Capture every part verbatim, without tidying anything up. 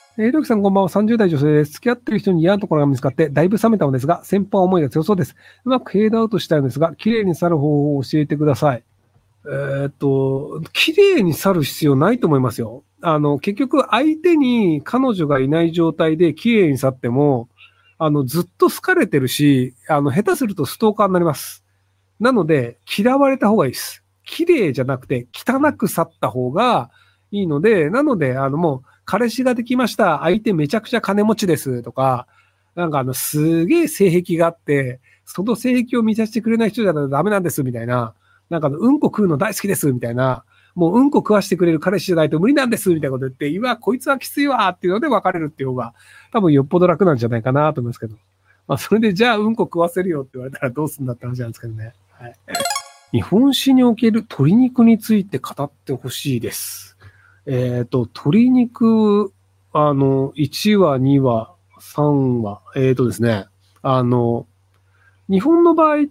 えー、ひろきさんこんばんは。さんじゅう代女性です。付き合ってる人に嫌なところが見つかって、だいぶ冷めたのですが、先輩は思いが強そうです。うまくフェードアウトしたいのですが、綺麗に去る方法を教えてください。えーっと、綺麗に去る必要ないと思いますよ。あの、結局、相手に彼女がいない状態で綺麗に去っても、あの、ずっと好かれてるし、あの、下手するとストーカーになります。なので、嫌われた方がいいです。綺麗じゃなくて、汚く去った方がいいので、なので、あの、もう、彼氏ができました。相手めちゃくちゃ金持ちですとか、なんかあの、すげえ性癖があって、その性癖を満たしてくれない人じゃダメなんですみたいな、なんかあの、うんこ食うの大好きですみたいな、もううんこ食わしてくれる彼氏じゃないと無理なんですみたいなこと言って、いわ、こいつはきついわっていうので別れるっていう方が、多分よっぽど楽なんじゃないかなと思いますけど。まあ、それでじゃあうんこ食わせるよって言われたらどうすんだって話なんですけどね。はい、日本史における鶏肉について語ってほしいです。えっ、ー、と、鶏肉、あの、いちわ、にわ、さんわ、えっ、ー、とですね、あの、日本の場合って、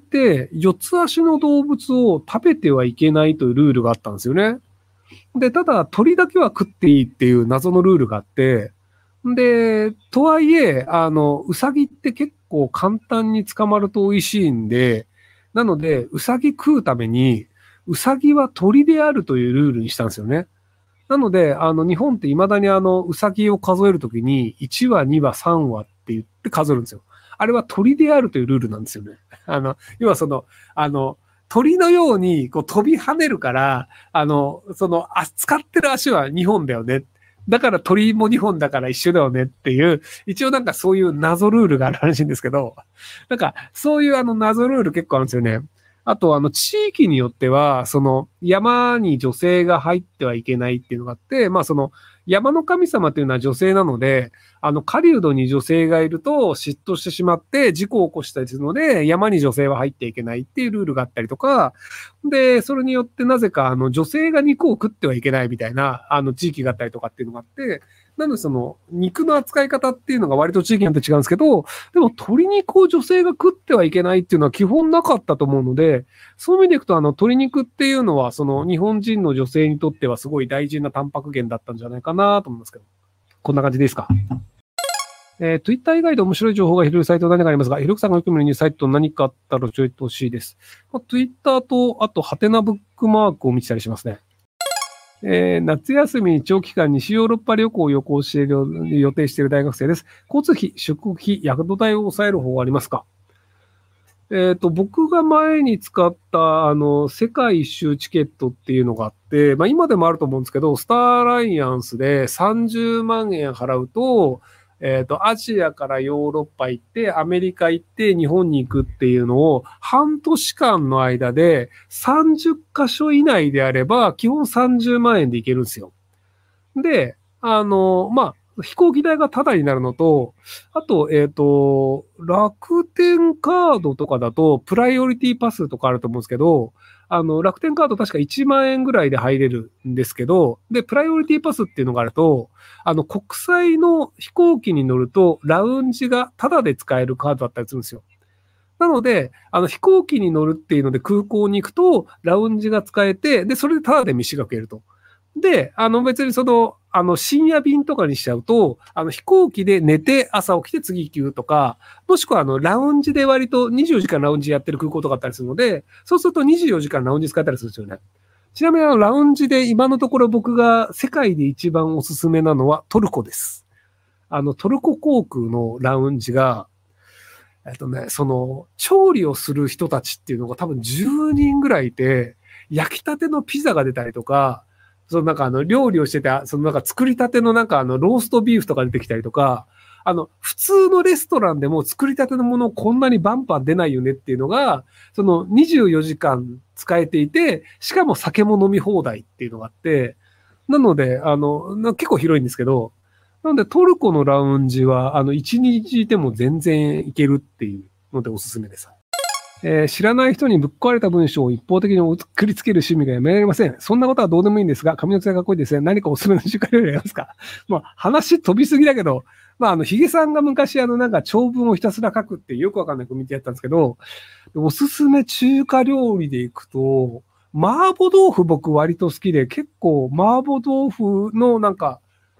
四つ足の動物を食べてはいけないというルールがあったんですよね。で、ただ、鳥だけは食っていいっていう謎のルールがあって、で、とはいえ、あの、ウサギって結構簡単に捕まると美味しいんで、なので、ウサギ食うために、ウサギは鳥であるというルールにしたんですよね。なので、あの、日本って未だにあの、ウサギを数えるときに、いちわ、にわ、さんわって言って数えるんですよ。あれは鳥であるというルールなんですよね。あの、要はその、あの、鳥のようにこう飛び跳ねるから、あの、その、あ、使ってる足はにほんだよね。だから鳥もにほんだから一緒だよねっていう、一応なんかそういう謎ルールがあるらしいんですけど、なんかそういうあの謎ルール結構あるんですよね。あと、あの、地域によっては、その、山に女性が入ってはいけないっていうのがあって、まあ、その、山の神様っていうのは女性なので、あの、狩人に女性がいると嫉妬してしまって事故を起こしたりするので、山に女性は入っていけないっていうルールがあったりとか、で、それによってなぜか、あの、女性が肉を食ってはいけないみたいな、あの、地域があったりとかっていうのがあって、なので、その、肉の扱い方っていうのが割と地域によって違うんですけど、でも鶏肉を女性が食ってはいけないっていうのは基本なかったと思うので、そういう意味でいくと、あの、鶏肉っていうのは、その、日本人の女性にとってはすごい大事なタンパク源だったんじゃないかなと思いますけど。こんな感じですか。えー、Twitter 以外で面白い情報が拾えるサイト何かありますが、ひろきさんがよく見るニュースサイト何かあったら教えてほしいです。まあ、Twitter と、あと、ハテナブックマークを見てたりしますね。えー、夏休みに長期間西ヨーロッパ旅行を予行している予定している大学生です。交通費、食費、宿代を抑える方法はありますか？えっと、僕が前に使った、あの、世界一周チケットっていうのがあって、まあ今でもあると思うんですけど、スターアライアンスでさんじゅうまんえん払うと、えっと、アジアからヨーロッパ行って、アメリカ行って、日本に行くっていうのを、半年間の間でさんじゅっかしょ以内であれば、基本さんじゅうまん円で行けるんですよ。で、あの、まあ、飛行機代がタダになるのと、あと、えっと、楽天カードとかだと、プライオリティパスとかあると思うんですけど、あの、楽天カード確かいちまん円ぐらいで入れるんですけど、で、プライオリティパスっていうのがあると、あの、国際の飛行機に乗ると、ラウンジがタダで使えるカードだったりするんですよ。なので、あの、飛行機に乗るっていうので空港に行くと、ラウンジが使えて、で、それでタダで飯が食えると。で、あの別にその、あの深夜便とかにしちゃうと、あの飛行機で寝て朝起きて次行くとか、もしくはあのラウンジで割とにじゅうよじかんラウンジやってる空港とかあったりするので、そうするとにじゅうよじかんラウンジ使ったりするんですよね。ちなみにあのラウンジで今のところ僕が世界で一番おすすめなのはトルコです。あのトルコ航空のラウンジが、えっとね、その調理をする人たちっていうのが多分じゅうにんぐらいいて、焼きたてのピザが出たりとか、そのなんかあの料理をしてて、そのなんか作りたてのなんかあのローストビーフとか出てきたりとか、あの普通のレストランでも作りたてのものこんなにバンバン出ないよねっていうのが、そのにじゅうよじかん使えていて、しかも酒も飲み放題っていうのがあって、なので、あの、結構広いんですけど、なのでトルコのラウンジは、あの、いちにちいても全然いけるっていうのでおすすめです。えー知らない人にぶっ壊れた文章を一方的に送りつける趣味がやめられません。そんなことはどうでもいいんですが、髪の毛がかっこいいですね。何かおすすめの中華料理ありますか？まあ、話飛びすぎだけど、まあ、あの、ヒゲさんが昔、あの、なんか長文をひたすら書くってよくわかんない組み手やったんですけど、おすすめ中華料理でいくと、麻婆豆腐僕割と好きで、結構麻婆豆腐のなんか、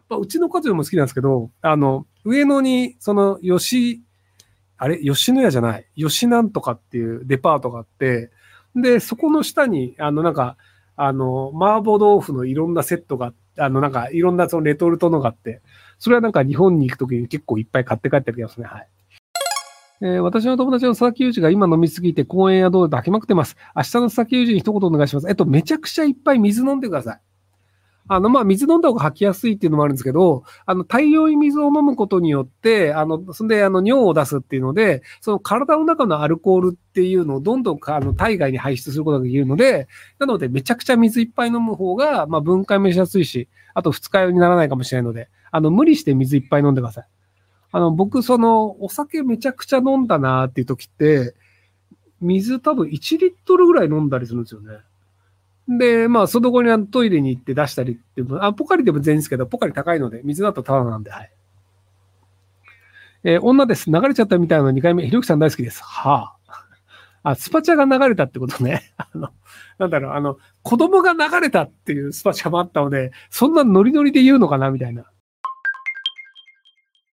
まあ、うちの家族も好きなんですけど、あの、上野に、その、吉、あれ、吉野家じゃない、吉なんとかっていうデパートがあって、で、そこの下に、あの、なんか、あの、麻婆豆腐のいろんなセットが、あの、なんか、いろんなそのレトルトのがあって、それはなんか日本に行くときに結構いっぱい買って帰ってる気がするね。はい。えー私の友達の佐々木祐二が今飲みすぎて公園や道路で吐きまくってます。明日の佐々木祐二に一言お願いします。えっと、めちゃくちゃいっぱい水飲んでください。あの、まあ、水飲んだ方が吐きやすいっていうのもあるんですけど、あの、大量に水を飲むことによって、あの、そんで、あの、尿を出すっていうので、その体の中のアルコールっていうのをどんどんあの体外に排出することができるので、なので、めちゃくちゃ水いっぱい飲む方が、まあ、分解もしやすいし、あと二日酔いにならないかもしれないので、あの、無理して水いっぱい飲んでください。あの、僕、その、お酒めちゃくちゃ飲んだなっていう時って、水多分いちリットルぐらい飲んだりするんですよね。で、まあ、その後にあのトイレに行って出したりっていうの、あ、ポカリでも全然いいんですけど、ポカリ高いので、水だとタダなんで、はい。えー女です。流れちゃったみたいなのにかいめ、ひろゆきさん大好きです。はあ。あ、スパチャが流れたってことね。あの、なんだろう、あの、子供が流れたっていうスパチャもあったので、そんなノリノリで言うのかなみたいな。